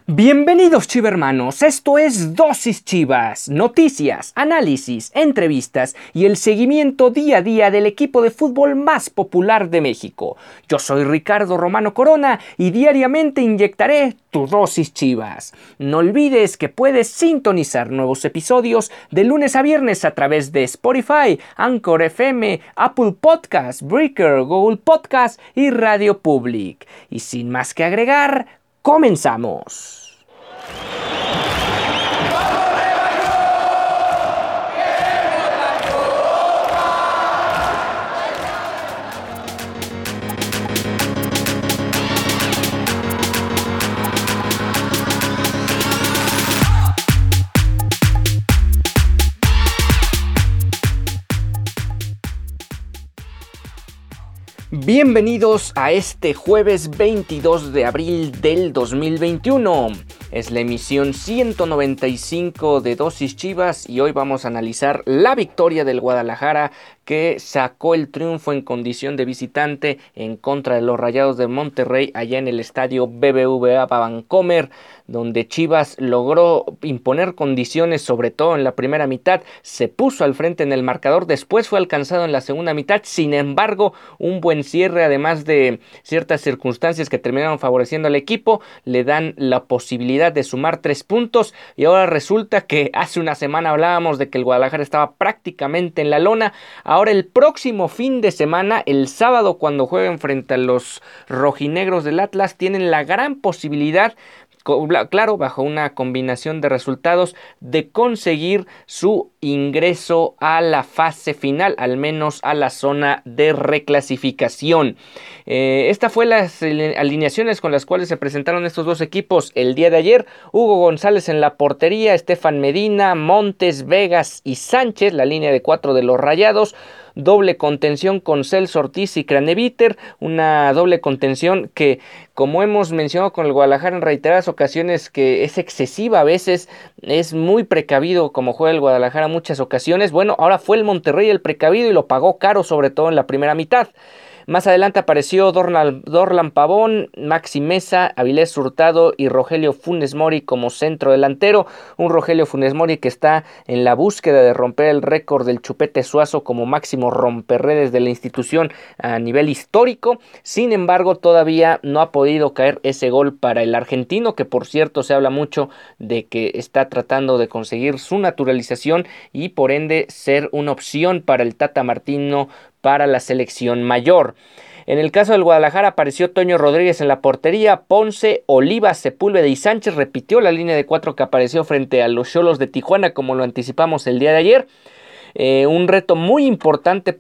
Bienvenidos chivermanos, esto es Dosis Chivas, noticias, análisis, entrevistas y el seguimiento día a día del equipo de fútbol más popular de México. Yo soy Ricardo Romano Corona y diariamente inyectaré tu dosis Chivas. No olvides que puedes sintonizar nuevos episodios de lunes a viernes a través de Spotify, Anchor FM, Apple Podcasts, Breaker, Google Podcasts y Radio Public. Y sin más que agregar, ¡comenzamos! Bienvenidos a este jueves 22 de abril del 2021. Es la emisión 195 de Dosis Chivas y hoy vamos a analizar la victoria del Guadalajara que sacó el triunfo en condición de visitante en contra de los Rayados de Monterrey allá en el estadio BBVA Bancomer, donde Chivas logró imponer condiciones, sobre todo en la primera mitad, se puso al frente en el marcador, después fue alcanzado en la segunda mitad, sin embargo, un buen cierre, además de ciertas circunstancias que terminaron favoreciendo al equipo, le dan la posibilidad de sumar 3 puntos, y ahora resulta que hace una semana hablábamos de que el Guadalajara estaba prácticamente en la lona. Ahora el próximo fin de semana, el sábado, cuando jueguen frente a los rojinegros del Atlas, tienen la gran posibilidad, claro, bajo una combinación de resultados, de conseguir su ingreso a la fase final, al menos a la zona de reclasificación. Esta fue las alineaciones con las cuales se presentaron estos dos equipos el día de ayer. Hugo González en la portería, Estefan Medina, Montes, Vegas y Sánchez, la línea de 4 de los Rayados. Doble contención con Celso Ortiz y Craneviter, una doble contención que, como hemos mencionado con el Guadalajara en reiteradas ocasiones, que es excesiva a veces, es muy precavido como juega el Guadalajara en muchas ocasiones. Bueno, ahora fue el Monterrey el precavido y lo pagó caro, sobre todo en la primera mitad. Más adelante apareció Dorlan Pavón, Maxi Meza, Avilés Hurtado y Rogelio Funes Mori como centro delantero. Un Rogelio Funes Mori que está en la búsqueda de romper el récord del Chupete Suazo como máximo romperredes de la institución a nivel histórico. Sin embargo, todavía no ha podido caer ese gol para el argentino, que por cierto se habla mucho de que está tratando de conseguir su naturalización y por ende ser una opción para el Tata Martino para la selección mayor. En el caso del Guadalajara apareció Toño Rodríguez en la portería, Ponce, Olivas, Sepúlveda y Sánchez repitió la línea de 4 que apareció frente a los Xolos de Tijuana, como lo anticipamos el día de ayer. Un reto muy importante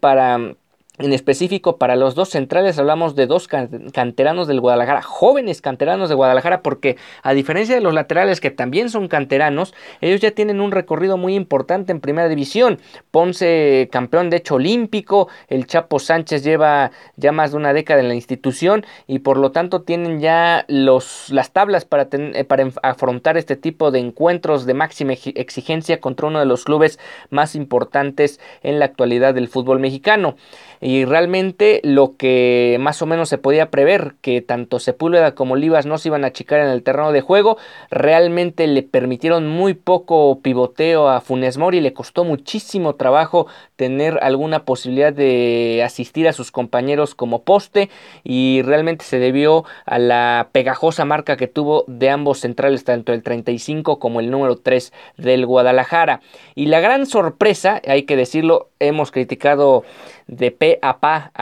en específico para los dos centrales. Hablamos de dos canteranos del Guadalajara, jóvenes canteranos de Guadalajara, porque a diferencia de los laterales que también son canteranos, ellos ya tienen un recorrido muy importante en primera división. Ponce, campeón de hecho olímpico, el Chapo Sánchez lleva ya más de una década en la institución y por lo tanto tienen ya las tablas para afrontar este tipo de encuentros de máxima exigencia contra uno de los clubes más importantes en la actualidad del fútbol mexicano. Y realmente lo que más o menos se podía prever, que tanto Sepúlveda como Olivas no se iban a achicar en el terreno de juego, realmente le permitieron muy poco pivoteo a Funes Mori, le costó muchísimo trabajo tener alguna posibilidad de asistir a sus compañeros como poste y realmente se debió a la pegajosa marca que tuvo de ambos centrales, tanto el 35 como el número 3 del Guadalajara. Y la gran sorpresa, hay que decirlo, hemos criticado de pe a pa,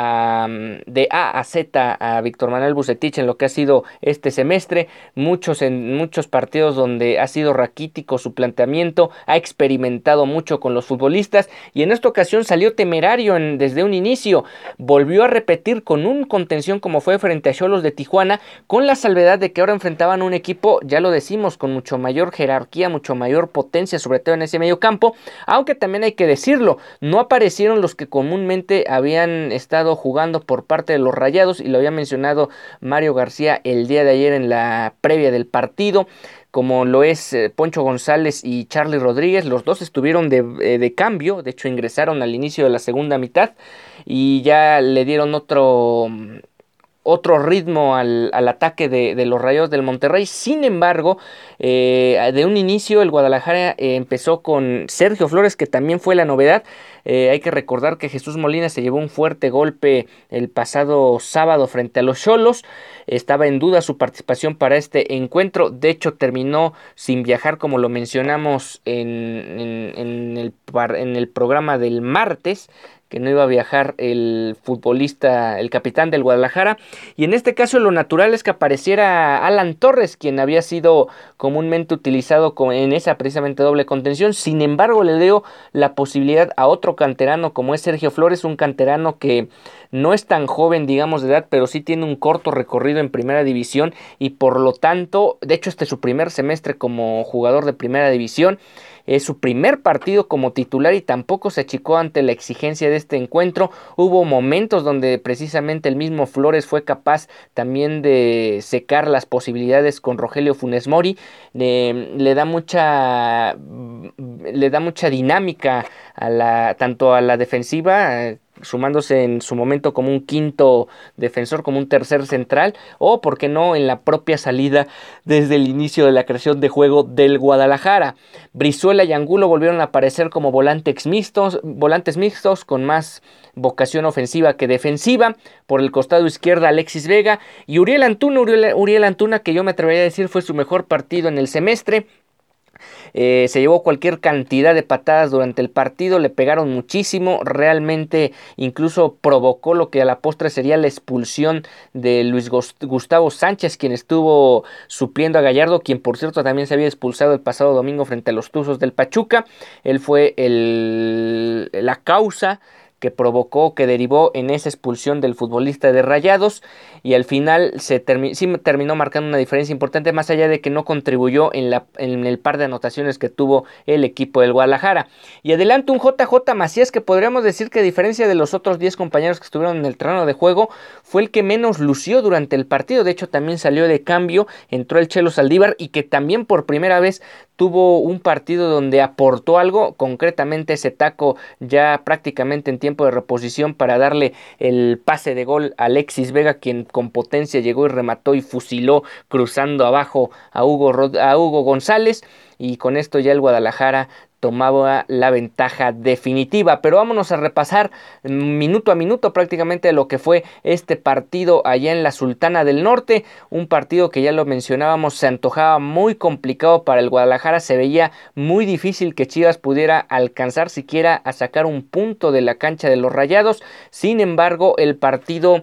de A a Z a Víctor Manuel Vucetich en lo que ha sido este semestre, en muchos partidos donde ha sido raquítico su planteamiento, ha experimentado mucho con los futbolistas y en esta ocasión salió temerario desde un inicio, volvió a repetir con un contención como fue frente a Xolos de Tijuana, con la salvedad de que ahora enfrentaban un equipo, ya lo decimos, con mucho mayor jerarquía, mucho mayor potencia, sobre todo en ese medio campo, aunque también hay que decirlo, no aparecieron los que comúnmente habían estado jugando por parte de los Rayados, y lo había mencionado Mario García el día de ayer en la previa del partido, como lo es Poncho González y Charly Rodríguez. Los dos estuvieron de cambio, de hecho ingresaron al inicio de la segunda mitad y ya le dieron otro ritmo al ataque de los Rayados del Monterrey. Sin embargo, de un inicio el Guadalajara empezó con Sergio Flores, que también fue la novedad. Hay que recordar que Jesús Molina se llevó un fuerte golpe el pasado sábado frente a los Xolos. Estaba en duda su participación para este encuentro. De hecho, terminó sin viajar, como lo mencionamos en el programa del martes, que no iba a viajar el futbolista, el capitán del Guadalajara, y en este caso lo natural es que apareciera Alan Torres, quien había sido comúnmente utilizado en esa precisamente doble contención. Sin embargo, le dio la posibilidad a otro canterano como es Sergio Flores, un canterano que no es tan joven, digamos, de edad, pero sí tiene un corto recorrido en primera división, y por lo tanto, de hecho este es su primer semestre como jugador de primera división. Es su primer partido como titular y tampoco se achicó ante la exigencia de este encuentro. Hubo momentos donde precisamente el mismo Flores fue capaz también de secar las posibilidades con Rogelio Funes Mori. Le da mucha dinámica tanto a la defensiva, sumándose en su momento como un quinto defensor, como un tercer central, o por qué no en la propia salida desde el inicio de la creación de juego del Guadalajara. Brizuela y Angulo volvieron a aparecer como volantes mixtos con más vocación ofensiva que defensiva. Por el costado izquierdo Alexis Vega y Uriel Antuna, que yo me atrevería a decir fue su mejor partido en el semestre. Se llevó cualquier cantidad de patadas durante el partido, le pegaron muchísimo, realmente incluso provocó lo que a la postre sería la expulsión de Luis Gustavo Sánchez, quien estuvo supliendo a Gallardo, quien por cierto también se había expulsado el pasado domingo frente a los Tuzos del Pachuca. Él fue la causa que derivó en esa expulsión del futbolista de Rayados, y al final sí terminó marcando una diferencia importante, más allá de que no contribuyó en el par de anotaciones que tuvo el equipo del Guadalajara. Y adelante un JJ Macías, que podríamos decir que a diferencia de los otros 10 compañeros que estuvieron en el terreno de juego, fue el que menos lució durante el partido. De hecho, también salió de cambio, entró el Chelo Saldívar, y que también por primera vez tuvo un partido donde aportó algo, concretamente ese taco ya prácticamente en tiempo de reposición para darle el pase de gol a Alexis Vega, quien con potencia llegó y remató y fusiló cruzando abajo a Hugo González, y con esto ya el Guadalajara tomaba la ventaja definitiva. Pero vámonos a repasar minuto a minuto prácticamente lo que fue este partido allá en la Sultana del Norte, un partido que ya lo mencionábamos, se antojaba muy complicado para el Guadalajara, se veía muy difícil que Chivas pudiera alcanzar siquiera a sacar un punto de la cancha de los Rayados. Sin embargo, el partido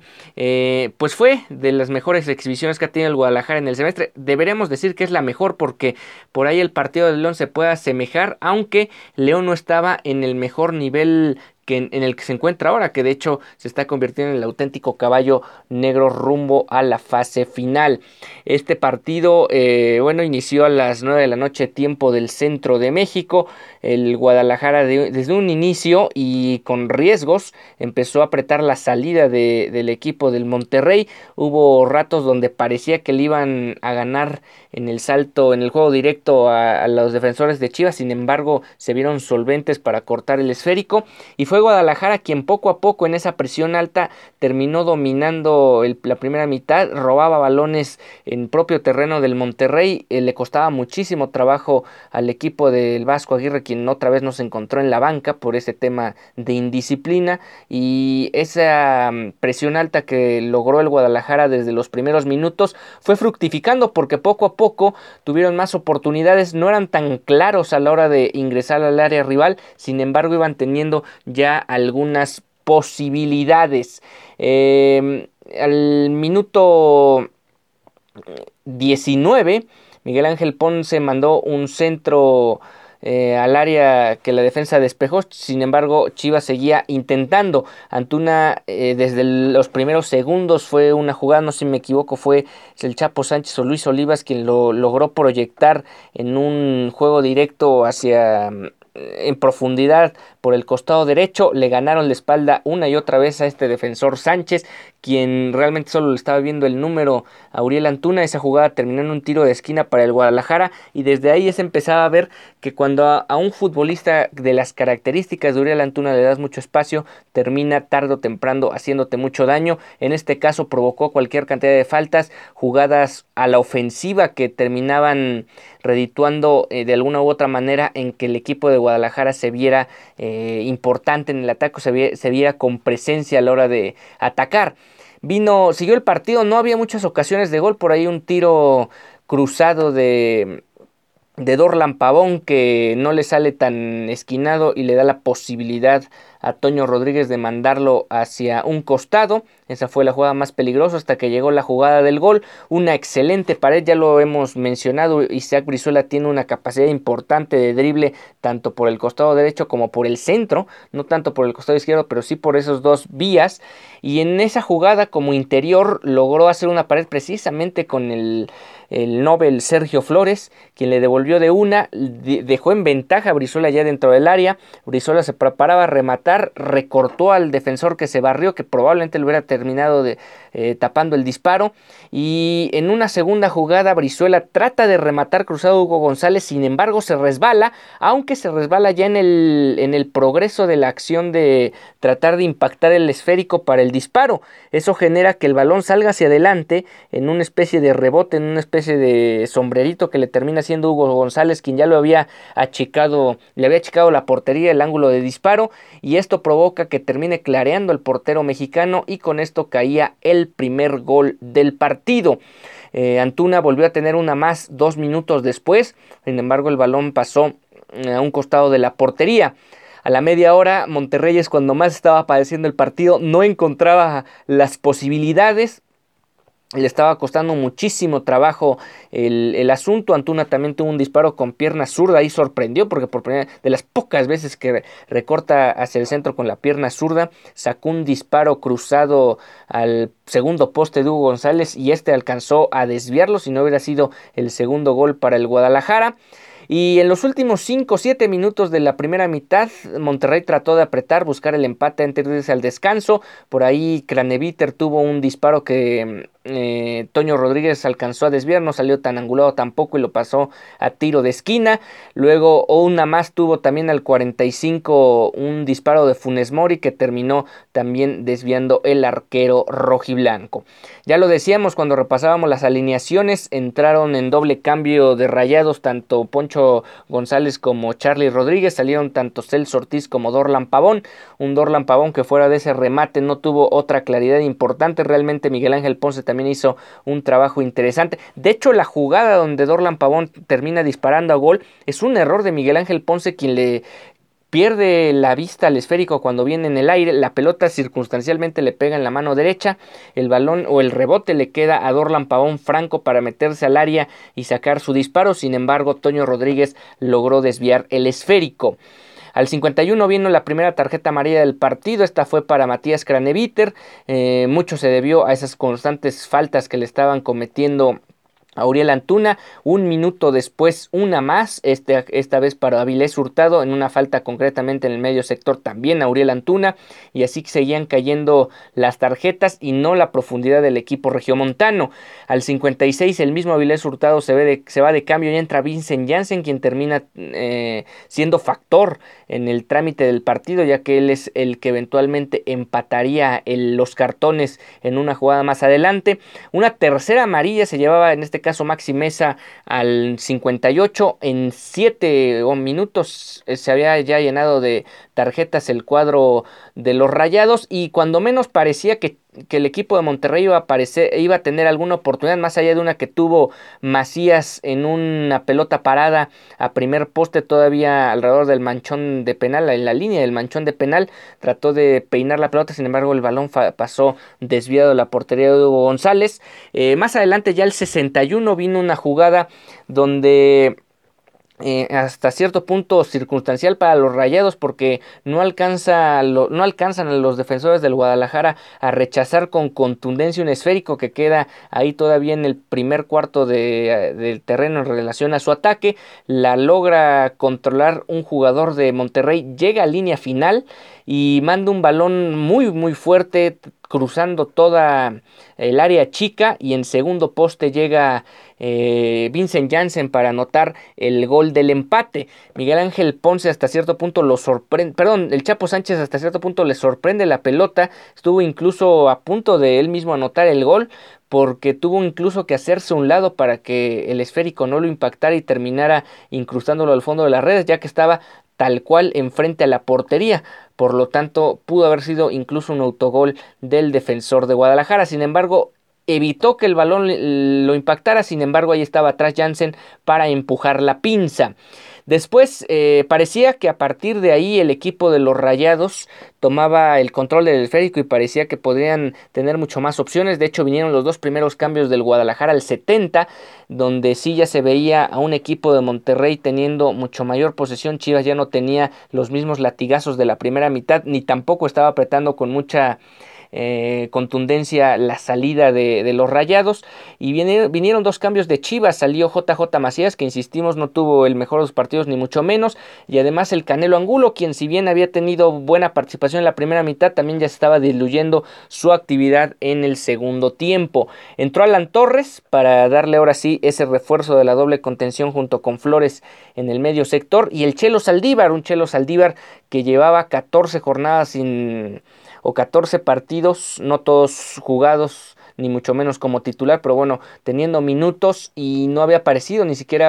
pues fue de las mejores exhibiciones que ha tenido el Guadalajara en el semestre. Deberíamos decir que es la mejor, porque por ahí el partido de León se puede asemejar, aunque León no estaba en el mejor nivel en el que se encuentra ahora, que de hecho se está convirtiendo en el auténtico caballo negro rumbo a la fase final. Este partido inició a las 9 de la noche tiempo del centro de México. El Guadalajara desde un inicio y con riesgos empezó a apretar la salida del equipo del Monterrey. Hubo ratos donde parecía que le iban a ganar en el salto, en el juego directo a los defensores de Chivas. Sin embargo, se vieron solventes para cortar el esférico, y fue Guadalajara quien poco a poco en esa presión alta terminó dominando la primera mitad, robaba balones en propio terreno del Monterrey. Le costaba muchísimo trabajo al equipo del Vasco Aguirre, quien otra vez no se encontró en la banca por ese tema de indisciplina, y esa presión alta que logró el Guadalajara desde los primeros minutos fue fructificando, porque poco a poco tuvieron más oportunidades, no eran tan claros a la hora de ingresar al área rival, sin embargo iban teniendo ya algunas posibilidades. Al minuto 19, Miguel Ángel Ponce mandó un centro al área que la defensa despejó. Sin embargo, Chivas seguía intentando. Antuna desde los primeros segundos fue una jugada, no sé si me equivoco, fue el Chapo Sánchez o Luis Olivas quien lo logró proyectar en un juego directo hacia en profundidad por el costado derecho, le ganaron la espalda una y otra vez a este defensor Sánchez, quien realmente solo le estaba viendo el número a Uriel Antuna. Esa jugada terminó en un tiro de esquina para el Guadalajara, y desde ahí se empezaba a ver que cuando a un futbolista de las características de Uriel Antuna le das mucho espacio, termina tarde o temprano haciéndote mucho daño. En este caso provocó cualquier cantidad de faltas, jugadas a la ofensiva que terminaban redituando de alguna u otra manera en que el equipo de Guadalajara se viera importante en el ataque, se viera con presencia a la hora de atacar. Siguió el partido, no había muchas ocasiones de gol, por ahí un tiro cruzado de Dorlan Pavón que no le sale tan esquinado y le da la posibilidad a Toño Rodríguez de mandarlo hacia un costado. Esa fue la jugada más peligrosa hasta que llegó la jugada del gol. Una excelente pared, ya lo hemos mencionado, Isaac Brizuela tiene una capacidad importante de drible tanto por el costado derecho como por el centro, no tanto por el costado izquierdo, pero sí por esos dos vías, y en esa jugada como interior logró hacer una pared precisamente con el Nobel Sergio Flores, quien le devolvió de una, dejó en ventaja a Brizuela ya dentro del área. Brizuela se preparaba a rematar, recortó al defensor que se barrió, que probablemente lo hubiera terminado tapando el disparo, y en una segunda jugada Brizuela trata de rematar cruzado a Hugo González, sin embargo se resbala, aunque se resbala ya en el progreso de la acción de tratar de impactar el esférico para el disparo. Eso genera que el balón salga hacia adelante en una especie de rebote, en una especie de sombrerito que le termina haciendo Hugo González, quien ya le había achicado la portería, el ángulo de disparo, y esto provoca que termine clareando el portero mexicano, y con esto caía el primer gol del partido. Antuna volvió a tener una más 2 minutos después, sin embargo el balón pasó a un costado de la portería. A la media hora, Monterrey es cuando más estaba padeciendo el partido, no encontraba las posibilidades, le estaba costando muchísimo trabajo el asunto. Antuna también tuvo un disparo con pierna zurda, y sorprendió porque por primera de las pocas veces que recorta hacia el centro con la pierna zurda, sacó un disparo cruzado al segundo poste de Hugo González, y este alcanzó a desviarlo, si no hubiera sido el segundo gol para el Guadalajara. Y en los últimos 5 o 7 minutos de la primera mitad, Monterrey trató de apretar, buscar el empate antes de irse al descanso. Por ahí Craneviter tuvo un disparo que Toño Rodríguez alcanzó a desviar, no salió tan angulado tampoco y lo pasó a tiro de esquina. Luego una más tuvo también al 45 un disparo de Funes Mori que terminó también desviando el arquero rojiblanco. Ya lo decíamos cuando repasábamos las alineaciones, entraron en doble cambio de Rayados tanto Poncho González como Charly Rodríguez, salieron tanto Celso Ortiz como Dorlan Pavón, un Dorlan Pavón que fuera de ese remate no tuvo otra claridad importante. Realmente Miguel Ángel Ponce también hizo un trabajo interesante. De hecho, la jugada donde Dorlan Pavón termina disparando a gol es un error de Miguel Ángel Ponce, quien le pierde la vista al esférico cuando viene en el aire. La pelota circunstancialmente le pega en la mano derecha, el balón o el rebote le queda a Dorlan Pavón franco para meterse al área y sacar su disparo. Sin embargo, Toño Rodríguez logró desviar el esférico. Al 51 vino la primera tarjeta amarilla del partido. Esta fue para Matías Craneviter. Mucho se debió a esas constantes faltas que le estaban cometiendo a Uriel Antuna. Un minuto después una más, esta vez para Avilés Hurtado, en una falta concretamente en el medio sector también a Uriel Antuna, y así seguían cayendo las tarjetas y no la profundidad del equipo regiomontano. Al 56 el mismo Avilés Hurtado se va de cambio y entra Vincent Janssen, quien termina siendo factor en el trámite del partido, ya que él es el que eventualmente empataría los cartones en una jugada más adelante. Una tercera amarilla se llevaba en este caso Maxi Meza al 58, en 7 minutos se había ya llenado de tarjetas el cuadro de los Rayados, y cuando menos parecía que el equipo de Monterrey iba a tener alguna oportunidad, más allá de una que tuvo Macías en una pelota parada a primer poste, todavía alrededor del manchón de penal, en la línea del manchón de penal, trató de peinar la pelota, sin embargo el balón pasó desviado de la portería de Hugo González. Más adelante, ya el 61, vino una jugada donde hasta cierto punto circunstancial para los Rayados, porque no alcanzan a los defensores del Guadalajara a rechazar con contundencia un esférico que queda ahí todavía en el primer cuarto del terreno en relación a su ataque. La logra controlar un jugador de Monterrey, llega a línea final y manda un balón muy muy fuerte cruzando toda el área chica, y en segundo poste llega Vincent Janssen para anotar el gol del empate. Miguel Ángel Ponce hasta cierto punto lo sorprende, perdón, el Chapo Sánchez hasta cierto punto le sorprende la pelota, estuvo incluso a punto de él mismo anotar el gol, porque tuvo incluso que hacerse un lado para que el esférico no lo impactara y terminara incrustándolo al fondo de las redes, ya que estaba tal cual enfrente a la portería. Por lo tanto, pudo haber sido incluso un autogol del defensor de Guadalajara. Sin embargo, evitó que el balón lo impactara. Sin embargo, ahí estaba atrás Janssen para empujar la pinza. Después parecía que a partir de ahí el equipo de los Rayados tomaba el control del esférico y parecía que podrían tener mucho más opciones. De hecho, vinieron los dos primeros cambios del Guadalajara al 70, donde sí ya se veía a un equipo de Monterrey teniendo mucho mayor posesión. Chivas ya no tenía los mismos latigazos de la primera mitad, ni tampoco estaba apretando con mucha contundencia la salida de los Rayados, y vinieron dos cambios de Chivas. Salió JJ Macías, que insistimos no tuvo el mejor de los partidos ni mucho menos, y además el Canelo Angulo, quien si bien había tenido buena participación en la primera mitad, también ya estaba diluyendo su actividad en el segundo tiempo. Entró Alan Torres para darle ahora sí ese refuerzo de la doble contención junto con Flores en el medio sector, y el Chelo Saldívar, un Chelo Saldívar que llevaba 14 jornadas o 14 partidos, no todos jugados, ni mucho menos como titular, pero bueno, teniendo minutos, y no había aparecido, ni siquiera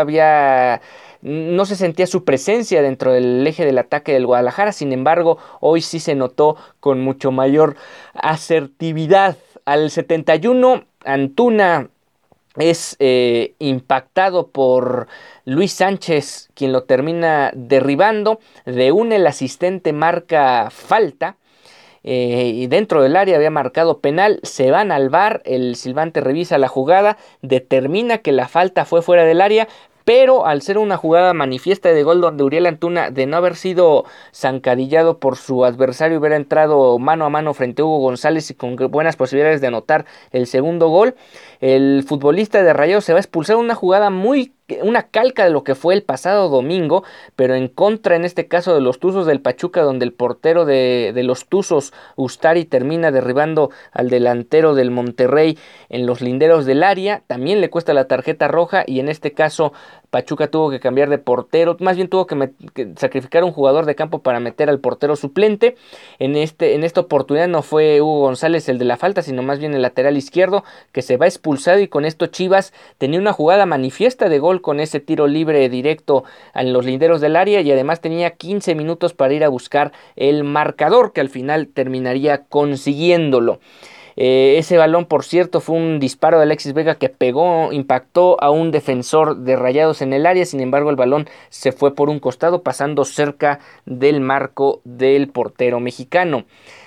no se sentía su presencia dentro del eje del ataque del Guadalajara. Sin embargo, hoy sí se notó con mucho mayor asertividad. Al 71, Antuna es impactado por Luis Sánchez, quien lo termina derribando. De una, el asistente marca falta. Y dentro del área había marcado penal. Se van al VAR, el silbante revisa la jugada, determina que la falta fue fuera del área, pero al ser una jugada manifiesta de gol donde Uriel Antuna, de no haber sido zancadillado por su adversario, hubiera entrado mano a mano frente a Hugo González y con buenas posibilidades de anotar el segundo gol, el futbolista de Rayados se va a expulsar. Una calca de lo que fue el pasado domingo, pero en contra en este caso de los Tuzos del Pachuca, donde el portero de los Tuzos, Ustari, termina derribando al delantero del Monterrey en los linderos del área. También le cuesta la tarjeta roja, y en este caso Pachuca tuvo que cambiar de portero, más bien tuvo que sacrificar un jugador de campo para meter al portero suplente. En esta oportunidad no fue Hugo González el de la falta, sino más bien el lateral izquierdo, que se va expulsado, y con esto Chivas tenía una jugada manifiesta de gol con ese tiro libre directo en los linderos del área, y además tenía 15 minutos para ir a buscar el marcador, que al final terminaría consiguiéndolo. Ese balón, por cierto, fue un disparo de Alexis Vega que impactó a un defensor de Rayados en el área. Sin embargo, el balón se fue por un costado, pasando cerca del marco del portero mexicano.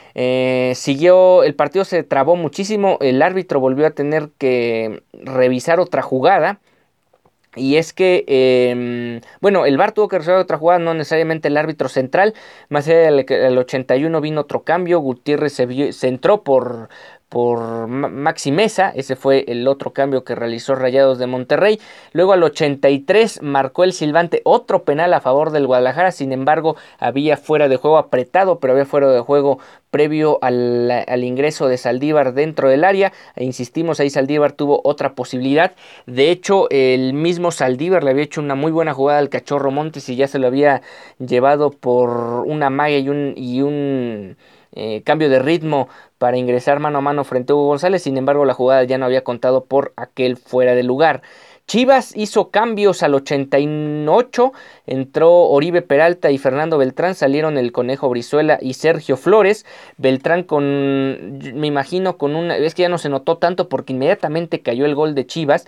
El partido se trabó muchísimo, el árbitro volvió a tener que revisar otra jugada. Y es que, el VAR tuvo que resolver otra jugada, no necesariamente el árbitro central. Más allá del 81 vino otro cambio. Gutiérrez se entró por Maxi Mesa. Ese fue el otro cambio que realizó Rayados de Monterrey. Luego al 83 marcó el silbante otro penal a favor del Guadalajara. Sin embargo, había fuera de juego apretado, pero había fuera de juego previo al ingreso de Saldívar dentro del área. Insistimos, ahí Saldívar tuvo otra posibilidad. De hecho, el mismo Saldívar le había hecho una muy buena jugada al Cachorro Montes y ya se lo había llevado por una magia y un cambio de ritmo para ingresar mano a mano frente a Hugo González. Sin embargo, la jugada ya no había contado por aquel fuera de lugar. Chivas hizo cambios al 88, entró Oribe Peralta y Fernando Beltrán, salieron el Conejo Brizuela y Sergio Flores. Beltrán me imagino es que ya no se notó tanto porque inmediatamente cayó el gol de Chivas,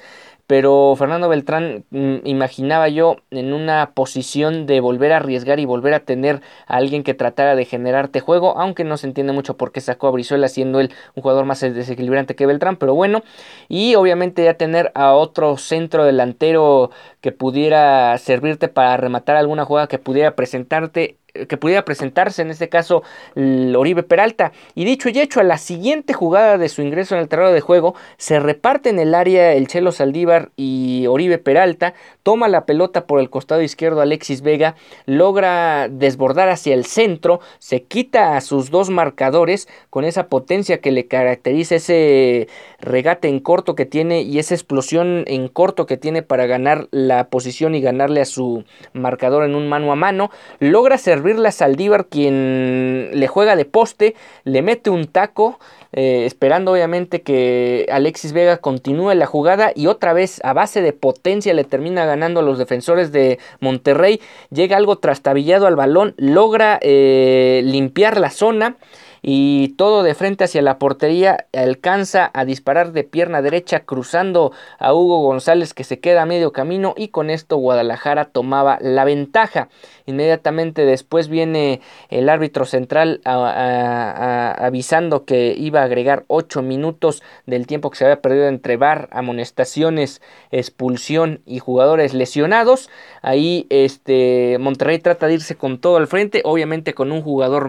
pero Fernando Beltrán, imaginaba yo en una posición de volver a arriesgar y volver a tener a alguien que tratara de generarte juego, aunque no se entiende mucho por qué sacó a Brizuela siendo él un jugador más desequilibrante que Beltrán, pero bueno, y obviamente ya tener a otro centro delantero que pudiera servirte para rematar alguna jugada que pudiera presentarse, en este caso Oribe Peralta. Y dicho y hecho, a la siguiente jugada de su ingreso en el terreno de juego, se reparte en el área el Chelo Saldívar y Oribe Peralta, toma la pelota por el costado izquierdo Alexis Vega, logra desbordar hacia el centro, se quita a sus dos marcadores con esa potencia que le caracteriza, ese regate en corto que tiene y esa explosión en corto que tiene para ganar la posición y ganarle a su marcador en un mano a mano. Logra servirle a Saldívar, quien le juega de poste, le mete un taco, esperando obviamente que Alexis Vega continúe la jugada, y otra vez a base de potencia le termina ganando a los defensores de Monterrey. Llega algo trastabillado al balón, logra limpiar la zona y todo de frente hacia la portería, alcanza a disparar de pierna derecha cruzando a Hugo González, que se queda a medio camino, y con esto Guadalajara tomaba la ventaja. Inmediatamente después viene el árbitro central avisando que iba a agregar 8 minutos del tiempo que se había perdido entre VAR, amonestaciones, expulsión y jugadores lesionados. Ahí Monterrey trata de irse con todo al frente, obviamente con un jugador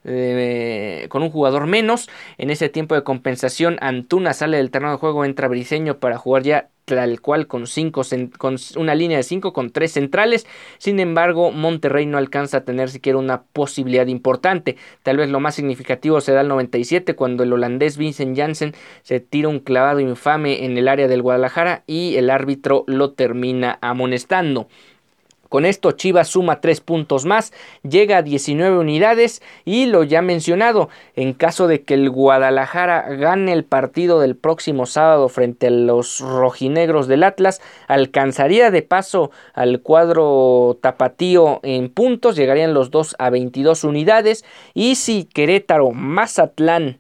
menos. En ese tiempo de compensación, Antuna sale del terreno de juego, entra Briseño para jugar ya tal cual con una línea de 5 con 3 centrales. Sin embargo, Monterrey no alcanza a tener siquiera una posibilidad importante. Tal vez lo más significativo se da al 97, cuando el holandés Vincent Janssen se tira un clavado infame en el área del Guadalajara y el árbitro lo termina amonestando. Con esto Chivas suma 3 puntos más, llega a 19 unidades, y lo ya mencionado, en caso de que el Guadalajara gane el partido del próximo sábado frente a los rojinegros del Atlas, alcanzaría de paso al cuadro tapatío en puntos, llegarían los dos a 22 unidades, y si Querétaro, Mazatlán,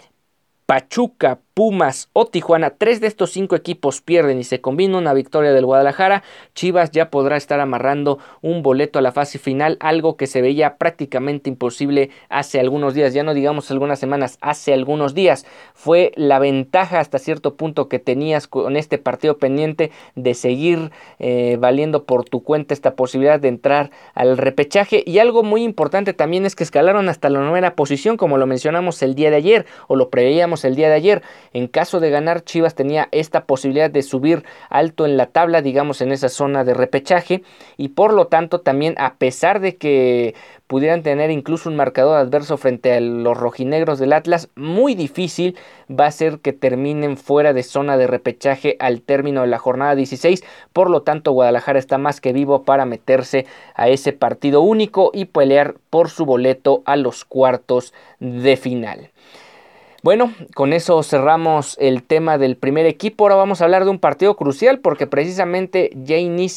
Pachuca, Pumas o Tijuana, 3 de estos 5 equipos pierden y se combina una victoria del Guadalajara, Chivas ya podrá estar amarrando un boleto a la fase final, algo que se veía prácticamente imposible hace algunos días, ya no digamos algunas semanas, hace algunos días. Fue la ventaja hasta cierto punto que tenías con este partido pendiente de seguir valiendo por tu cuenta esta posibilidad de entrar al repechaje. Y algo muy importante también es que escalaron hasta la 9ª posición, como lo mencionamos el día de ayer, o lo preveíamos el día de ayer. En caso de ganar, Chivas tenía esta posibilidad de subir alto en la tabla, digamos en esa zona de repechaje, y por lo tanto también, a pesar de que pudieran tener incluso un marcador adverso frente a los rojinegros del Atlas, muy difícil va a ser que terminen fuera de zona de repechaje al término de la jornada 16. Por lo tanto, Guadalajara está más que vivo para meterse a ese partido único y pelear por su boleto a los cuartos de final. Bueno, con eso cerramos el tema del primer equipo. Ahora vamos a hablar de un partido crucial, porque precisamente ya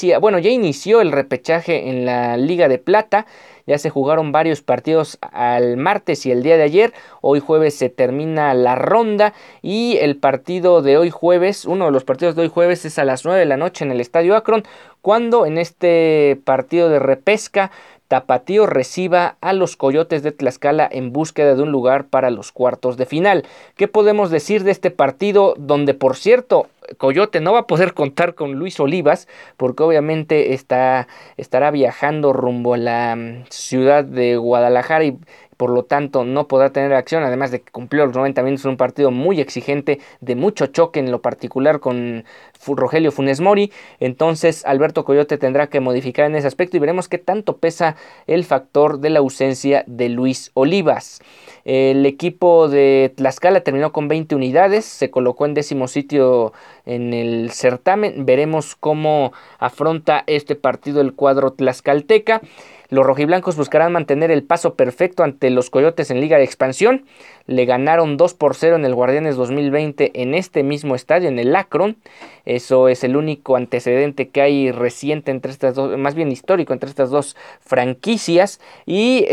inició el repechaje en la Liga de Plata. Ya se jugaron varios partidos al martes y el día de ayer. Hoy jueves se termina la ronda, y el partido de hoy jueves, uno de los partidos de hoy jueves, es a las 9 de la noche en el Estadio Akron, cuando en este partido de repesca Tapatío reciba a los Coyotes de Tlaxcala en búsqueda de un lugar para los cuartos de final. ¿Qué podemos decir de este partido, donde por cierto Coyote no va a poder contar con Luis Olivas, porque obviamente estará viajando rumbo a la ciudad de Guadalajara y por lo tanto no podrá tener acción, además de que cumplió los 90 minutos en un partido muy exigente, de mucho choque en lo particular con Rogelio Funes Mori? Entonces Alberto Coyote tendrá que modificar en ese aspecto, y veremos qué tanto pesa el factor de la ausencia de Luis Olivas. El equipo de Tlaxcala terminó con 20 unidades, se colocó en 10º sitio en el certamen. Veremos cómo afronta este partido el cuadro tlaxcalteca. Los rojiblancos buscarán mantener el paso perfecto ante los Coyotes en Liga de Expansión. Le ganaron 2-0 en el Guardianes 2020 en este mismo estadio, en el Akron. Eso es el único antecedente que hay reciente entre estas dos, más bien histórico, entre estas dos franquicias. Y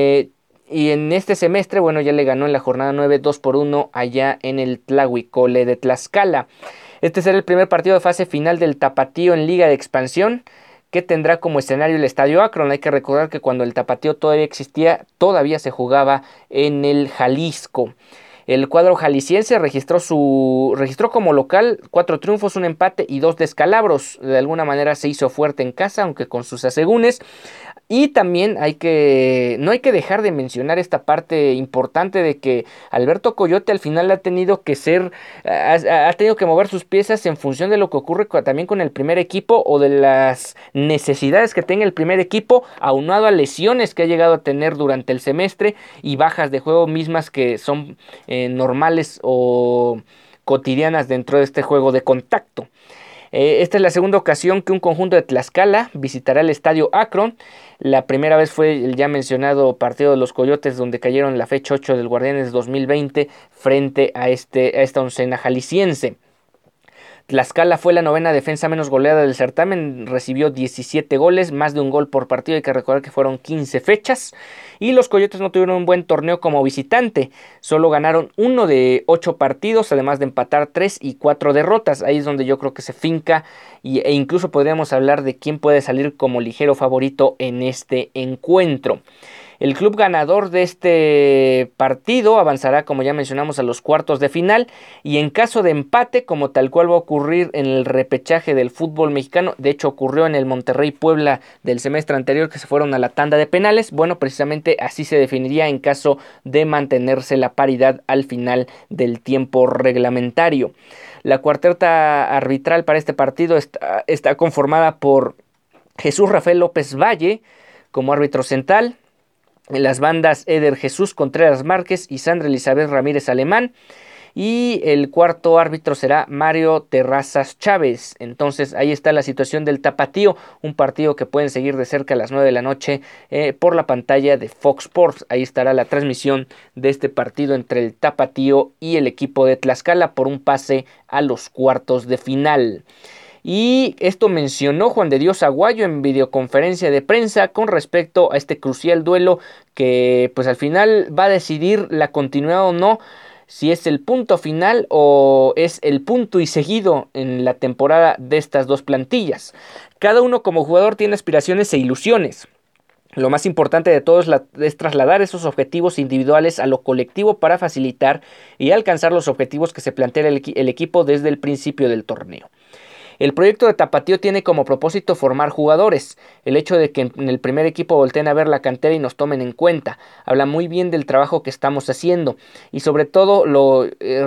en este semestre, bueno, ya le ganó en la jornada 9 2-1 allá en el Tlahuicole de Tlaxcala. Este será el primer partido de fase final del Tapatío en Liga de Expansión, que tendrá como escenario el Estadio Akron. Hay que recordar que cuando el Tapatío todavía existía, todavía se jugaba en el Jalisco. El cuadro jalisciense registró como local 4 triunfos, 1 empate y 2 descalabros. De alguna manera se hizo fuerte en casa, aunque con sus asegúnes. Y también no hay que dejar de mencionar esta parte importante de que Alberto Coyote al final ha tenido que mover sus piezas en función de lo que ocurre también con el primer equipo o de las necesidades que tenga el primer equipo, aunado a lesiones que ha llegado a tener durante el semestre y bajas de juego mismas que son normales o cotidianas dentro de este juego de contacto. Esta es la segunda ocasión que un conjunto de Tlaxcala visitará el Estadio Akron. La primera vez fue el ya mencionado partido de los Coyotes, donde cayeron en la fecha 8 del Guardianes 2020 frente a esta oncena jalisciense. Tlaxcala fue la 9ª defensa menos goleada del certamen, recibió 17 goles, más de un gol por partido. Hay que recordar que fueron 15 fechas. Y los Coyotes no tuvieron un buen torneo como visitante, solo ganaron 1 de 8 partidos, además de empatar 3 y 4 derrotas. Ahí es donde yo creo que se finca e incluso podríamos hablar de quién puede salir como ligero favorito en este encuentro. El club ganador de este partido avanzará, como ya mencionamos, a los cuartos de final, y en caso de empate, como tal cual va a ocurrir en el repechaje del fútbol mexicano, de hecho ocurrió en el Monterrey Puebla del semestre anterior, que se fueron a la tanda de penales, bueno, precisamente así se definiría en caso de mantenerse la paridad al final del tiempo reglamentario. La cuarteta arbitral para este partido está conformada por Jesús Rafael López Valle como árbitro central, en las bandas Eder Jesús Contreras Márquez y Sandra Elizabeth Ramírez Alemán, y el cuarto árbitro será Mario Terrazas Chávez. Entonces ahí está la situación del Tapatío, un partido que pueden seguir de cerca a las 9 de la noche por la pantalla de Fox Sports. Ahí estará la transmisión de este partido entre el Tapatío y el equipo de Tlaxcala por un pase a los cuartos de final. Y esto mencionó Juan de Dios Aguayo en videoconferencia de prensa con respecto a este crucial duelo que pues al final va a decidir la continuidad o no, si es el punto final o es el punto y seguido en la temporada de estas dos plantillas. Cada uno como jugador tiene aspiraciones e ilusiones. Lo más importante de todo es trasladar esos objetivos individuales a lo colectivo para facilitar y alcanzar los objetivos que se plantea el equipo desde el principio del torneo. El proyecto de Tapatío tiene como propósito formar jugadores. El hecho de que en el primer equipo volteen a ver la cantera y nos tomen en cuenta habla muy bien del trabajo que estamos haciendo, y sobre todo lo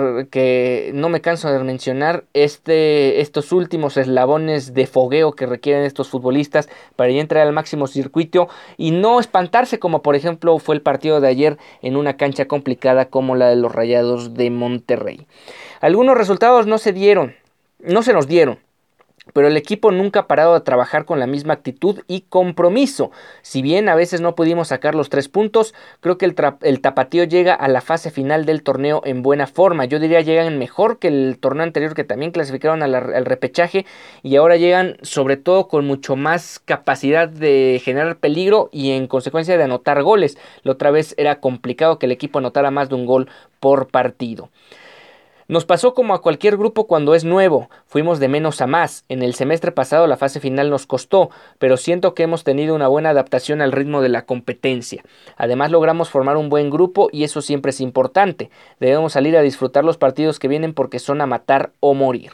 que no me canso de mencionar, estos últimos eslabones de fogueo que requieren estos futbolistas para ya entrar al máximo circuito y no espantarse, como por ejemplo fue el partido de ayer en una cancha complicada como la de los Rayados de Monterrey. Algunos resultados no se nos dieron, pero el equipo nunca ha parado de trabajar con la misma actitud y compromiso. Si bien a veces no pudimos sacar los 3 puntos, creo que el Tapatío llega a la fase final del torneo en buena forma. Yo diría llegan mejor que el torneo anterior, que también clasificaron al repechaje, y ahora llegan sobre todo con mucho más capacidad de generar peligro y en consecuencia de anotar goles. La otra vez era complicado que el equipo anotara más de un gol por partido. Nos pasó como a cualquier grupo cuando es nuevo, fuimos de menos a más. En el semestre pasado la fase final nos costó, pero siento que hemos tenido una buena adaptación al ritmo de la competencia. Además logramos formar un buen grupo y eso siempre es importante. Debemos salir a disfrutar los partidos que vienen porque son a matar o morir.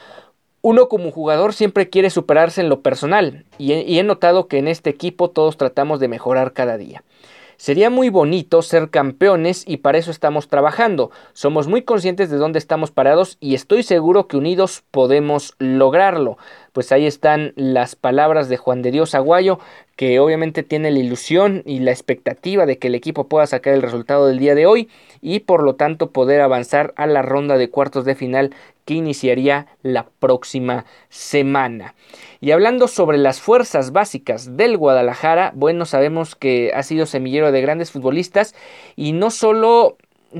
Uno como jugador siempre quiere superarse en lo personal y he notado que en este equipo todos tratamos de mejorar cada día. Sería muy bonito ser campeones y para eso estamos trabajando. Somos muy conscientes de dónde estamos parados y estoy seguro que unidos podemos lograrlo. Pues ahí están las palabras de Juan de Dios Aguayo, que obviamente tiene la ilusión y la expectativa de que el equipo pueda sacar el resultado del día de hoy y por lo tanto poder avanzar a la ronda de cuartos de final que iniciaría la próxima semana. Y hablando sobre las fuerzas básicas del Guadalajara, bueno, sabemos que ha sido semillero de grandes futbolistas y no solo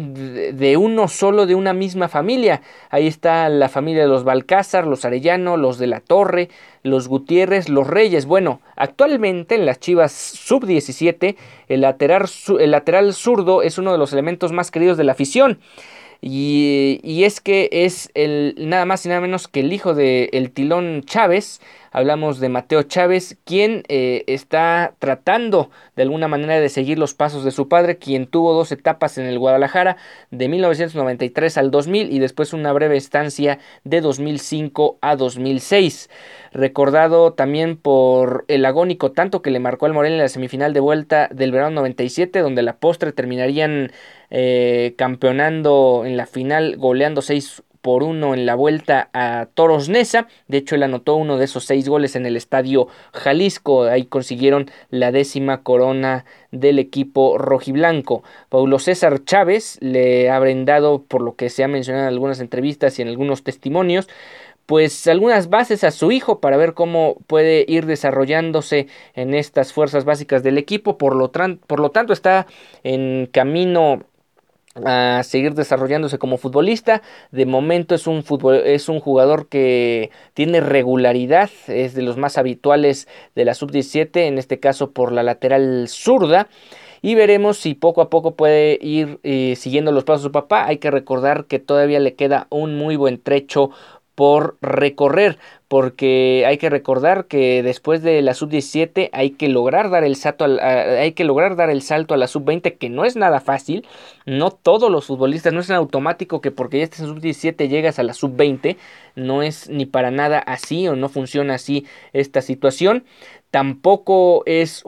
de una misma familia. Ahí está la familia de los Balcázar, los Arellano, los de la Torre, los Gutiérrez, los Reyes. Bueno, actualmente en las Chivas sub-17 el lateral zurdo es uno de los elementos más queridos de la afición. y es que es nada más y nada menos que el hijo de el Tilón Chávez. Hablamos de Mateo Chávez, quien está tratando de alguna manera de seguir los pasos de su padre, quien tuvo 2 etapas en el Guadalajara de 1993 al 2000 y después una breve estancia de 2005 a 2006. Recordado también por el agónico tanto que le marcó al Morelia en la semifinal de vuelta del verano 97, donde a la postre terminarían campeonando en la final, goleando 6-1 en la vuelta a Toros Neza. De hecho, él anotó uno de esos 6 goles en el Estadio Jalisco. Ahí consiguieron la 10ª corona del equipo rojiblanco. Paulo César Chávez le ha brindado, por lo que se ha mencionado en algunas entrevistas y en algunos testimonios, pues algunas bases a su hijo para ver cómo puede ir desarrollándose en estas fuerzas básicas del equipo. Por lo tanto, está en camino a seguir desarrollándose como futbolista. De momento es un jugador que tiene regularidad, es de los más habituales de la sub-17, en este caso por la lateral zurda. Y veremos si poco a poco puede ir siguiendo los pasos de su papá. Hay que recordar que todavía le queda un muy buen trecho por recorrer, porque hay que recordar que después de la sub-17 hay que lograr dar el salto a la sub-20, que no es nada fácil. No todos los futbolistas, no es en automático que porque ya estás en sub-17 llegas a la sub-20, no es ni para nada así, o no funciona así esta situación. Tampoco es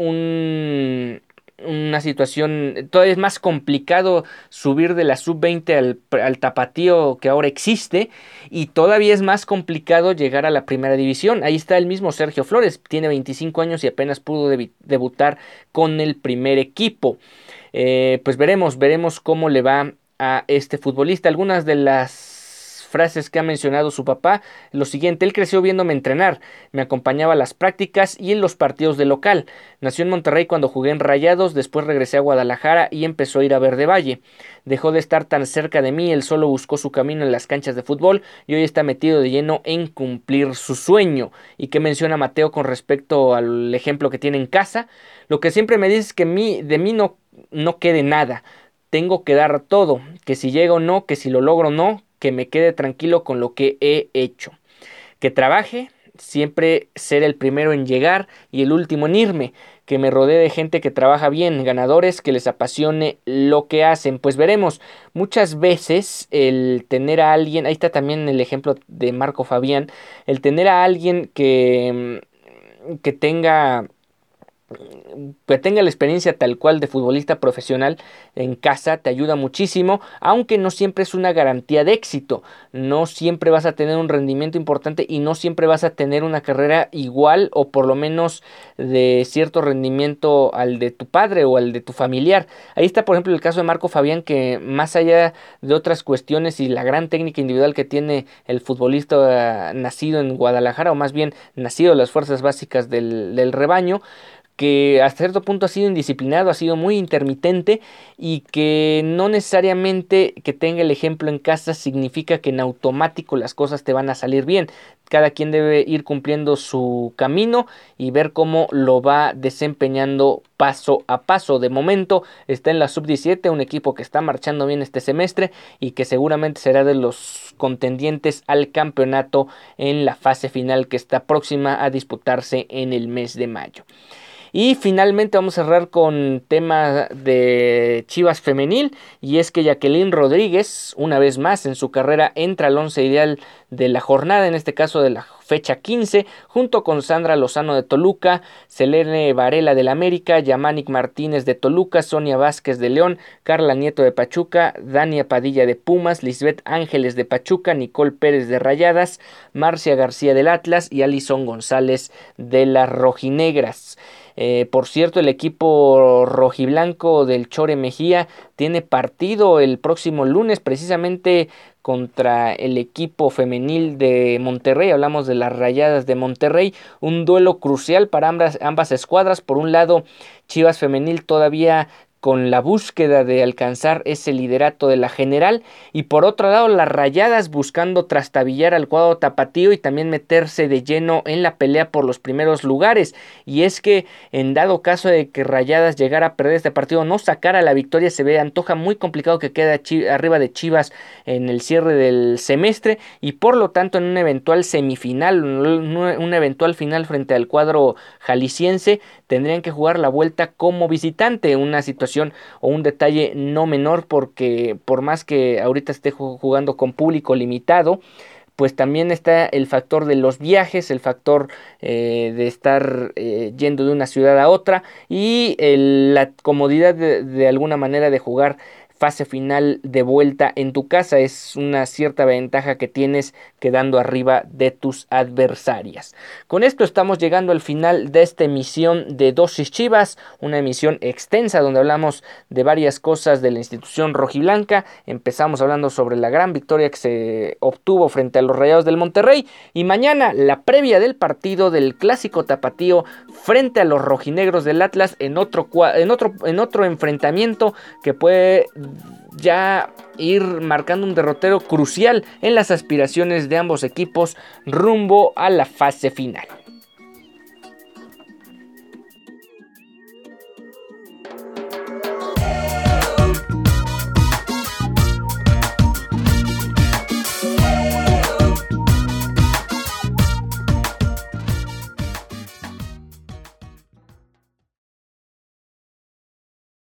una situación, todavía es más complicado subir de la sub-20 al tapatío que ahora existe, y todavía es más complicado llegar a la primera división. Ahí está el mismo Sergio Flores, tiene 25 años y apenas pudo debutar con el primer equipo. Pues veremos cómo le va a este futbolista. Algunas de las frases que ha mencionado su papá: lo siguiente: él creció viéndome entrenar, me acompañaba a las prácticas y en los partidos de local. Nació en Monterrey cuando jugué en Rayados, después regresé a Guadalajara y empezó a ir a Verde Valle. Dejó de estar tan cerca de mí, él solo buscó su camino en las canchas de fútbol y hoy está metido de lleno en cumplir su sueño. ¿Y qué menciona Mateo con respecto al ejemplo que tiene en casa? Lo que siempre me dice es que de mí no quede nada. Tengo que dar todo, que si llego o no, que si lo logro o no, que me quede tranquilo con lo que he hecho. Que trabaje, siempre ser el primero en llegar y el último en irme. Que me rodee de gente que trabaja bien, ganadores, que les apasione lo que hacen. Pues veremos, muchas veces el tener a alguien, ahí está también el ejemplo de Marco Fabián, el tener a alguien que tenga la experiencia tal cual de futbolista profesional en casa te ayuda muchísimo, aunque no siempre es una garantía de éxito. No siempre vas a tener un rendimiento importante y no siempre vas a tener una carrera igual, o por lo menos de cierto rendimiento al de tu padre o al de tu familiar. Ahí está, por ejemplo, el caso de Marco Fabián, que más allá de otras cuestiones y la gran técnica individual que tiene el futbolista nacido en Guadalajara, o más bien nacido en las fuerzas básicas del rebaño, que hasta cierto punto ha sido indisciplinado, ha sido muy intermitente, y que no necesariamente que tenga el ejemplo en casa significa que en automático las cosas te van a salir bien. Cada quien debe ir cumpliendo su camino y ver cómo lo va desempeñando paso a paso. De momento está en la sub-17, un equipo que está marchando bien este semestre y que seguramente será de los contendientes al campeonato en la fase final que está próxima a disputarse en el mes de mayo. Y finalmente vamos a cerrar con tema de Chivas femenil, y es que Jacqueline Rodríguez, una vez más en su carrera, entra al once ideal de la jornada, en este caso de la fecha 15, junto con Sandra Lozano de Toluca, Selene Varela del América, Yamanic Martínez de Toluca, Sonia Vázquez de León, Carla Nieto de Pachuca, Dania Padilla de Pumas, Lisbeth Ángeles de Pachuca, Nicole Pérez de Rayadas, Marcia García del Atlas y Alison González de las Rojinegras. Por cierto, el equipo rojiblanco del Chore Mejía tiene partido el próximo lunes, precisamente contra el equipo femenil de Monterrey. Hablamos de las Rayadas de Monterrey, un duelo crucial para ambas escuadras. Por un lado, Chivas femenil todavía con la búsqueda de alcanzar ese liderato de la general, y por otro lado las Rayadas buscando trastabillar al cuadro tapatío y también meterse de lleno en la pelea por los primeros lugares. Y es que en dado caso de que Rayadas llegara a perder este partido, no sacara la victoria, antoja muy complicado que quede arriba de Chivas en el cierre del semestre, y por lo tanto en un eventual semifinal, una eventual final frente al cuadro jalisciense, tendrían que jugar la vuelta como visitante, una situación o un detalle no menor, porque por más que ahorita esté jugando con público limitado, pues también está el factor de los viajes, el factor de estar yendo de una ciudad a otra, y la comodidad de alguna manera de jugar fase final de vuelta en tu casa. Es una cierta ventaja que tienes quedando arriba de tus adversarias. Con esto estamos llegando al final de esta emisión de Dosis Chivas, una emisión extensa donde hablamos de varias cosas de la institución rojiblanca. Empezamos hablando sobre la gran victoria que se obtuvo frente a los Rayados del Monterrey, y mañana la previa del partido del clásico tapatío frente a los rojinegros del Atlas en otro enfrentamiento que puede ya ir marcando un derrotero crucial en las aspiraciones de ambos equipos rumbo a la fase final.